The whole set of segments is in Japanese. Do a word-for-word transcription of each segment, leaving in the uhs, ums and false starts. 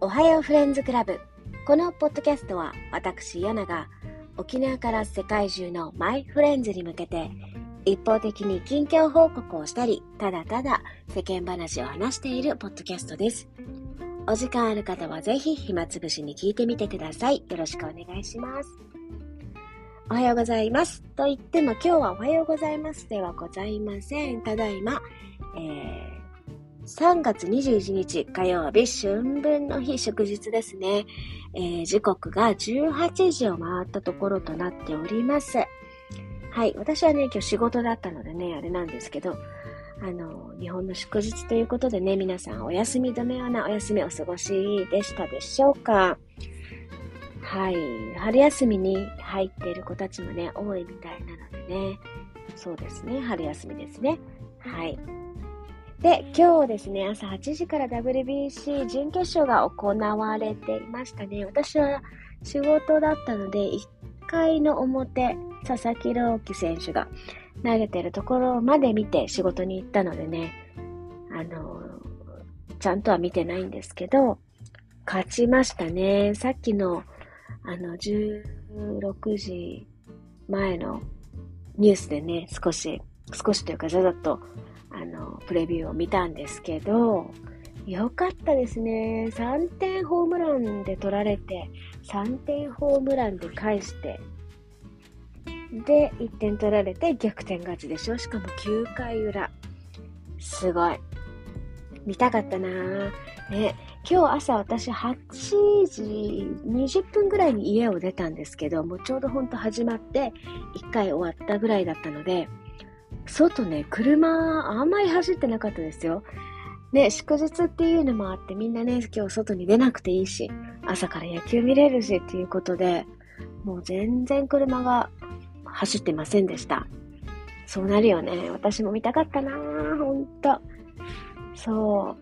はようフレンズクラブ。このポッドキャストは私ヨナが沖縄から世界中のマイフレンズに向けて一方的に近況報告をしたり、ただただ世間話を話しているポッドキャストです。お時間ある方はぜひ暇つぶしに聞いてみてください。よろしくお願いします。おはようございますと言っても今日はおはようございますではございません。ただいま、えーさんがつにじゅういちにち火曜日、春分の日、祝日ですね。えー、時刻がじゅうはちじを回ったところとなっております。はい、私はね、今日仕事だったのでね、あれなんですけど、あの、日本の祝日ということでね、皆さんお休みのようなお休みお過ごしでしたでしょうか。はい、春休みに入っている子たちもね、多いみたいなのでね、そうですね、春休みですね。はい。で、今日ですね、朝はちじから ダブリュービーシー 準決勝が行われていましたね。私は仕事だったので、いっかいの表、佐々木朗希選手が投げてるところまで見て仕事に行ったのでね、あの、ちゃんとは見てないんですけど、勝ちましたね。さっきの、あの、じゅうろくじまえのニュースでね、少し、少しというかざざっと、あの、プレビューを見たんですけど、よかったですね。さんてんホームランで取られて、さんてんホームランで返して、で、いってん取られて逆転勝ちでしょ。しかもきゅうかいうら。すごい。見たかったなぁ。ね、今日朝私はちじにじゅっぷんぐらいに家を出たんですけど、もうちょうどほんと始まっていっかい終わったぐらいだったので、外ね、車あんまり走ってなかったですよ。ね、祝日っていうのもあってみんなね、今日外に出なくていいし、朝から野球見れるしっていうことで、もう全然車が走ってませんでした。そうなるよね。私も見たかったなぁ、ほんと。そう。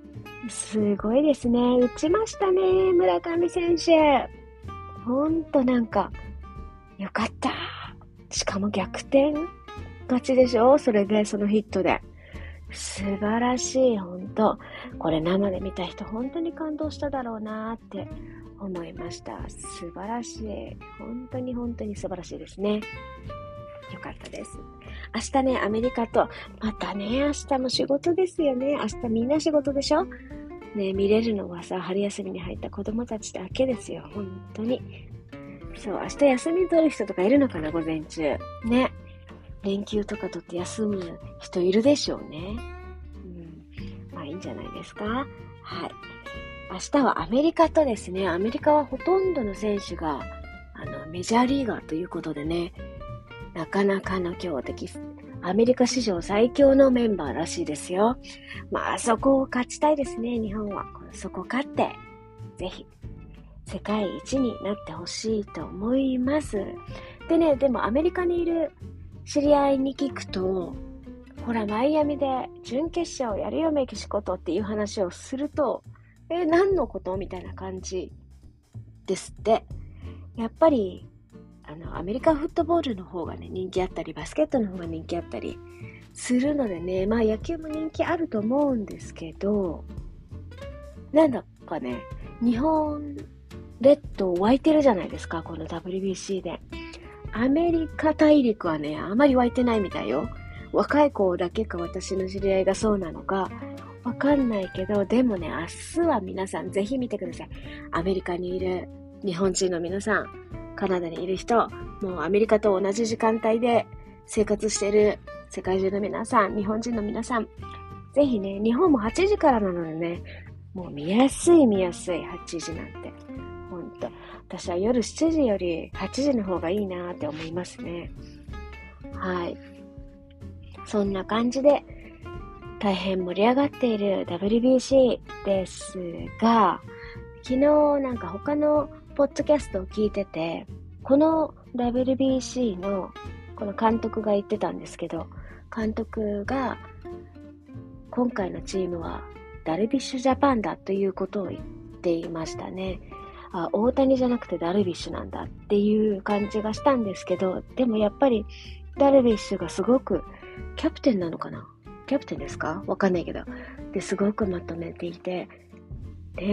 すごいですね。打ちましたね、村上選手。ほんとなんか、よかった。しかも逆転勝ちでしょ？それで、そのヒットで。素晴らしい、ほんと。これ生で見た人、本当に感動しただろうなーって思いました。素晴らしい。本当に本当に素晴らしいですね。よかったです。明日ね、アメリカと、またね、明日も仕事ですよね。明日みんな仕事でしょ？ね、見れるのはさ、春休みに入った子供たちだけですよ。本当に。そう、明日休み取る人とかいるのかな、午前中。ね。連休とか取って休む人いるでしょうね。うん。まあいいんじゃないですか。はい。明日はアメリカとですね、アメリカはほとんどの選手が、あの、メジャーリーガーということでね、なかなかの強敵、アメリカ史上最強のメンバーらしいですよ。まあそこを勝ちたいですね、日本は。そこ勝って、ぜひ、世界一になってほしいと思います。でね、でもアメリカにいる知り合いに聞くと、ほら、マイアミで準決勝やるよ、メキシコとっていう話をすると、え、何のことみたいな感じですって。やっぱり、あの、アメリカフットボールの方がね、人気あったり、バスケットの方が人気あったりするのでね、まあ野球も人気あると思うんですけど、なんだかね、日本列島湧いてるじゃないですか、この ダブリュービーシー で。アメリカ大陸はね、あまり湧いてないみたいよ。若い子だけか私の知り合いがそうなのか、わかんないけど、でもね、明日は皆さんぜひ見てください。アメリカにいる日本人の皆さん、カナダにいる人、もうアメリカと同じ時間帯で生活している世界中の皆さん、日本人の皆さん、ぜひね、日本もはちじからなのでね、もう見やすい見やすいはちじなんて。ほんと。私は夜しちじよりはちじの方がいいなって思いますね。はい。そんな感じで大変盛り上がっている ダブリュービーシー ですが、昨日なんか他のポッドキャストを聞いてて、この ダブリュービーシー のこの監督が言ってたんですけど、監督が今回のチームはダルビッシュジャパンだということを言っていましたね。あ、大谷じゃなくてダルビッシュなんだっていう感じがしたんですけど、でもやっぱりダルビッシュがすごくキャプテンなのかな、キャプテンですかわかんないけど、ですごくまとめていて、ね、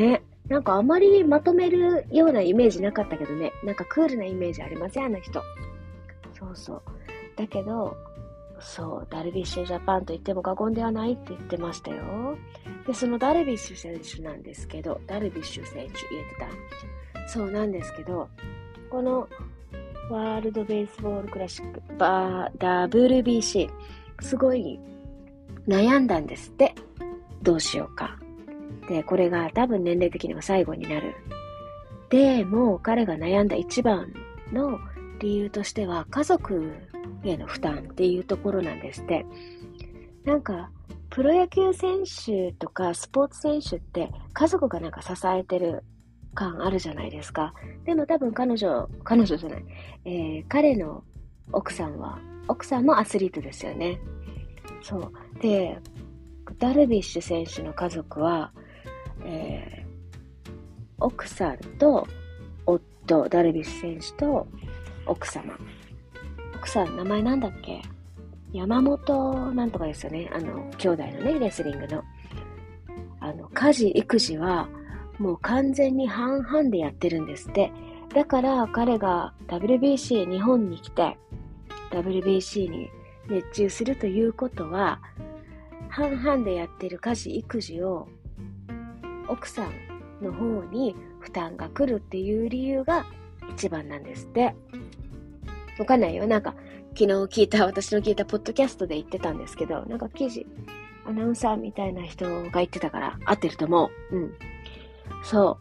なんかあまりまとめるようなイメージなかったけどね。なんかクールなイメージありませんあの人。そうそう。だけど、そう、ダルビッシュジャパンと言っても過言ではないって言ってましたよ。で、そのダルビッシュ選手なんですけど、ダルビッシュ選手言えてた。そうなんですけど、このワールドベースボールクラシック、バー ダブリュービーシー、すごい悩んだんですって。どうしようか。で、これが多分年齢的には最後になる。でも、彼が悩んだ一番の理由としては、家族への負担っていうところなんですって。なんか、プロ野球選手とかスポーツ選手って家族がなんか支えてる感あるじゃないですか。でも多分彼女、彼女じゃない、えー、彼の奥さんは、奥さんもアスリートですよね。そう。で、ダルビッシュ選手の家族は、えー、奥さんと夫、ダルビッシュ選手と奥様。奥さん、名前なんだっけ？山本なんとかですよね。あの、兄弟のね、レスリングの。あの、家事、育児は、もう完全に半々でやってるんですって。だから彼が ダブリュービーシー 日本に来て ダブリュービーシー に熱中するということは、半々でやってる家事育児を奥さんの方に負担が来るっていう理由が一番なんですって。わかんないよ。なんか昨日聞いた、私の聞いたポッドキャストで言ってたんですけど、なんか記事、アナウンサーみたいな人が言ってたから合ってると思う。うん。そう。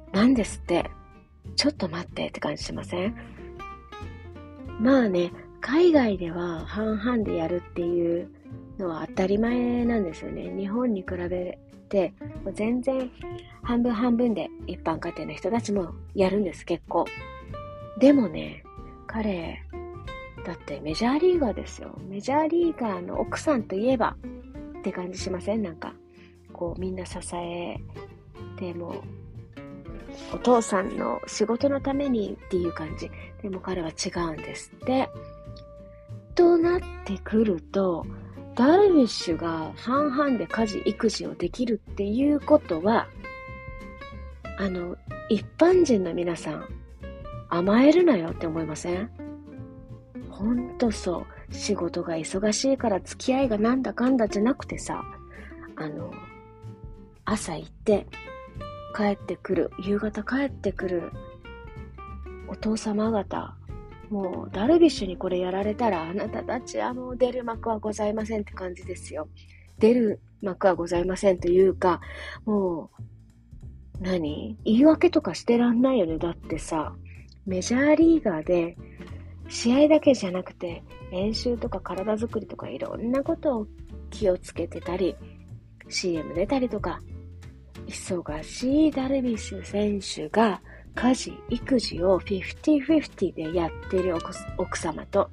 なんですって。ちょっと待ってって感じしません？まあね、海外では半々でやるっていうのは当たり前なんですよね。日本に比べて、全然半分半分で一般家庭の人たちもやるんです、結構。でもね、彼、だってメジャーリーガーですよ。メジャーリーガーの奥さんといえばって感じしません？なんか、こうみんな支えても、お父さんの仕事のためにっていう感じ。でも彼は違うんですって。となってくると、ダルビッシュが半々で家事育児をできるっていうことは、あの、一般人の皆さん、甘えるなよって思いません？ほんとそう。仕事が忙しいから付き合いがなんだかんだじゃなくてさ、あの、朝行って、帰ってくる、夕方帰ってくるお父様方、もうダルビッシュにこれやられたらあなたたちはもう出る幕はございませんって感じですよ。出る幕はございませんというか、もう何？言い訳とかしてらんないよね。だってさ、メジャーリーガーで試合だけじゃなくて練習とか体作りとかいろんなことを気をつけてたり、 シーエム 出たりとか、忙しいダルビッシュ選手が家事育児をフィフティフィフティでやってる奥様と、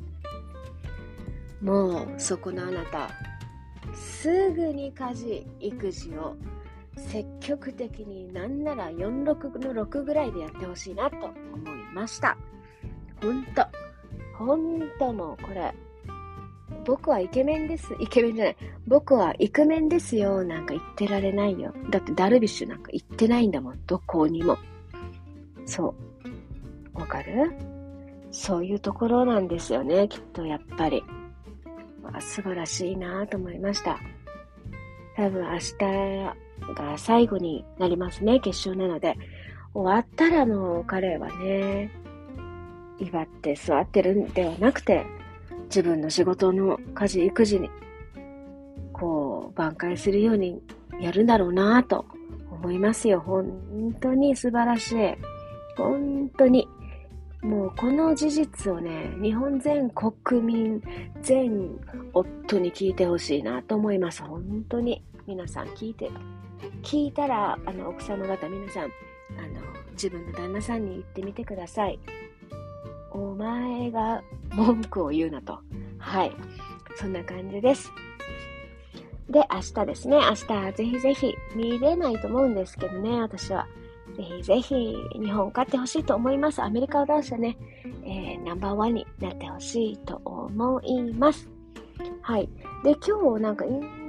もうそこのあなた、すぐに家事育児を積極的に、なんならよんじゅうろくのろくぐらいでやってほしいなと思いました。ほんとほんと、もうこれ、僕はイケメンです。イケメンじゃない。僕はイクメンですよ。なんか言ってられないよ。だってダルビッシュなんか言ってないんだもん。どこにも。そう。わかる？そういうところなんですよね。きっとやっぱり。まあ、素晴らしいなと思いました。多分明日が最後になりますね。決勝なので。終わったらもう彼はね、威張って座ってるんではなくて、自分の仕事の家事育児にこう挽回するようにやるんだろうなと思いますよ。本当に素晴らしい。本当にもうこの事実をね、日本全国民全夫に聞いてほしいなと思います。本当に皆さん聞いて聞いたら、あの奥様方皆さん、あの自分の旦那さんに言ってみてください。お前が文句を言うなと。はい。そんな感じです。で、明日ですね。明日、ぜひぜひ、見れないと思うんですけどね、私は。ぜひぜひ、日本勝ってほしいと思います。アメリカを出してね、えー、ナンバーワンになってほしいと思います。はい。で、今日なんかインス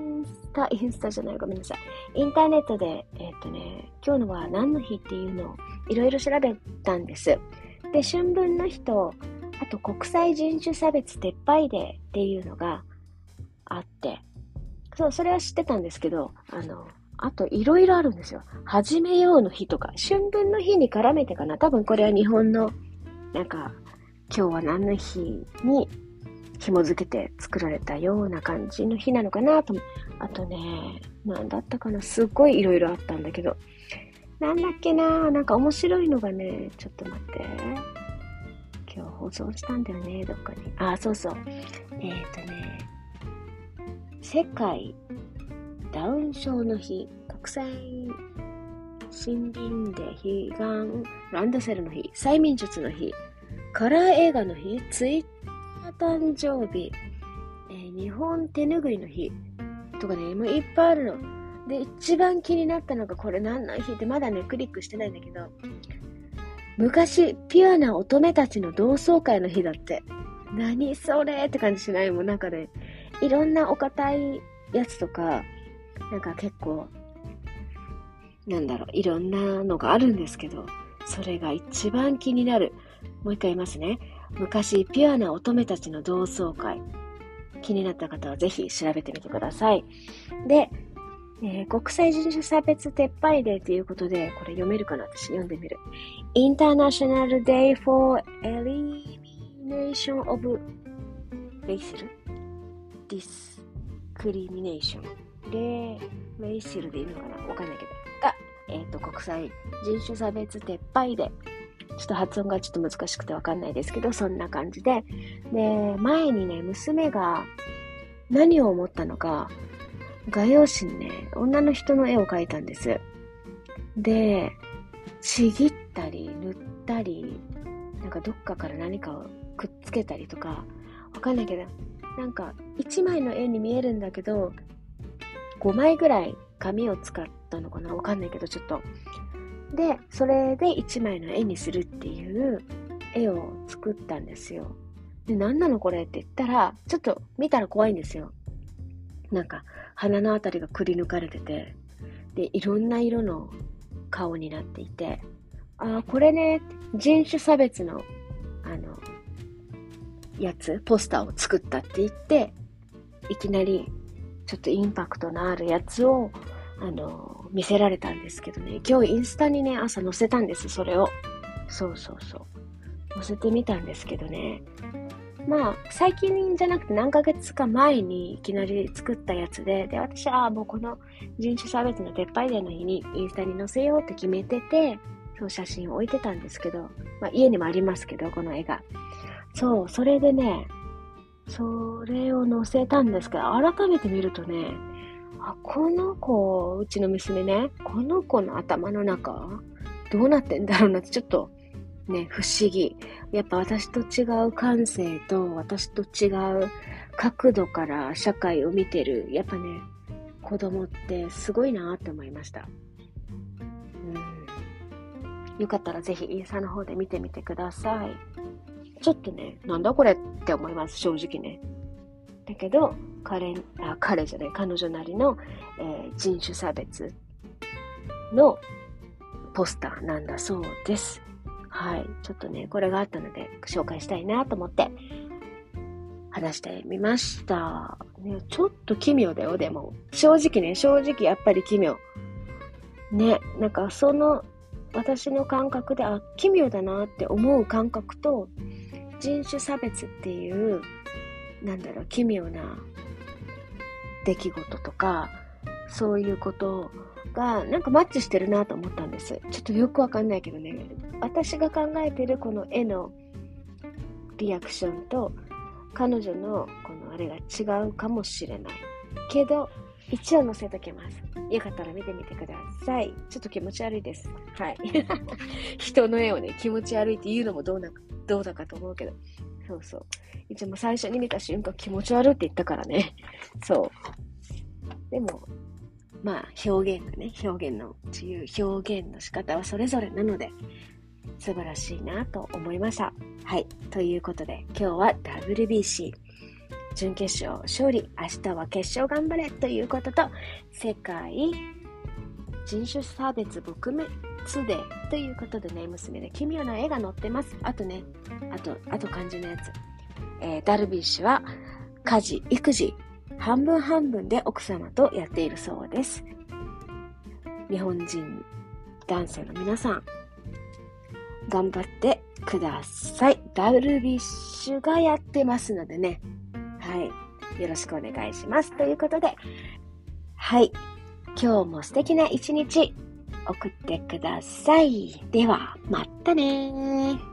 タ、インスタじゃない、ごめんなさい。インターネットで、えっとね、今日のは何の日っていうのをいろいろ調べたんです。で、春分の日と、あと国際人種差別撤廃デーっていうのがあって、そう、それは知ってたんですけど、あの、あといろいろあるんですよ。始めようの日とか、春分の日に絡めてかな。多分これは日本の、なんか、今日は何の日に紐づけて作られたような感じの日なのかなと。あとね、なんだったかな。すっごいいろいろあったんだけど。なんだっけな、なんか面白いのがね、ちょっと待って。今日放送したんだよね、どっかに。あ、そうそう。えっとね、世界ダウン症の日、国際森林で彼岸、ランドセルの日、催眠術の日、カラー映画の日、ツイッター誕生日、えー、日本手ぬぐいの日とかね、もういっぱいあるの。で、一番気になったのがこれ何の日ってまだね、クリックしてないんだけど、昔、ピュアな乙女たちの同窓会の日だって。何それって感じしない？もうなんかね、いろんなお堅いやつとか、なんか結構、なんだろう、いろんなのがあるんですけど、それが一番気になる。もう一回言いますね。昔、ピュアな乙女たちの同窓会。気になった方はぜひ調べてみてください。で、えー、国際人種差別撤廃デーということで、これ読めるかな？私読んでみる。International Day for Elimination of Racial Discrimination。で、レイシルでいいのかな？わかんないけど。が、えっと、国際人種差別撤廃デー。ちょっと発音がちょっと難しくてわかんないですけど、そんな感じで。で、前にね、娘が何を思ったのか、画用紙にね、女の人の絵を描いたんです。で、ちぎったり、塗ったり、なんかどっかから何かをくっつけたりとか、わかんないけど、なんか一枚の絵に見えるんだけど、ごまいぐらい紙を使ったのかな？わかんないけど、ちょっと。で、それでいちまいの絵にするっていう絵を作ったんですよ。で、何なのこれって言ったら、ちょっと見たら怖いんですよ。なんか、鼻のあたりがくり抜かれてて、で、いろんな色の顔になっていて、ああ、これね、人種差別の、あの、やつ、ポスターを作ったって言って、いきなり、ちょっとインパクトのあるやつを、あの、見せられたんですけどね。今日インスタにね、朝載せたんです、それを。そうそうそう。載せてみたんですけどね。まあ、最近じゃなくて何ヶ月か前にいきなり作ったやつで、で、私はもうこの人種差別の撤廃デーの日にインスタに載せようって決めてて、そう写真を置いてたんですけど、まあ家にもありますけど、この絵が。そう、それでね、それを載せたんですけど、改めて見るとね、あ、この子、うちの娘ね、この子の頭の中、どうなってんだろうなってちょっとね、不思議。やっぱ私と違う感性と、私と違う角度から社会を見てる、やっぱね、子供ってすごいなって思いました。うん。よかったらぜひインスタの方で見てみてください。ちょっとね、なんだこれって思います、正直ね。だけど、彼、あ、彼じゃない、彼女なりの、えー、人種差別のポスターなんだそうです。はい。ちょっとね、これがあったので紹介したいなと思って話してみました。ね、ちょっと奇妙だよ、でも。正直ね、正直やっぱり奇妙。ね、なんかその私の感覚で、あ、奇妙だなって思う感覚と、人種差別っていう、なんだろう、奇妙な出来事とか、そういうことがなんかマッチしてるなと思ったんです。ちょっとよくわかんないけどね、私が考えてるこの絵のリアクションと彼女のこのあれが違うかもしれないけど、一応載せときます。よかったら見てみてください。ちょっと気持ち悪いです。はい。人の絵をね、気持ち悪いって言うのもどうな、どうだかと思うけど。そうそう。一応もう最初に見た瞬間気持ち悪いって言ったからね。そう。でも、まあ表現がね、表現の自由、表現の仕方はそれぞれなので、素晴らしいなと思いました。はい。ということで、今日は ダブリュービーシー。 準決勝勝利、明日は決勝頑張れということと、世界人種差別撲滅デーということでね、娘で奇妙な絵が載ってます。あとね、あと、あと漢字のやつ。えー、ダルビッシュは家事、育児、半分半分で奥様とやっているそうです。日本人男性の皆さん、頑張ってください。ダルビッシュがやってますのでね。はい。よろしくお願いします。ということで、はい。今日も素敵な一日送ってください。では、またねー。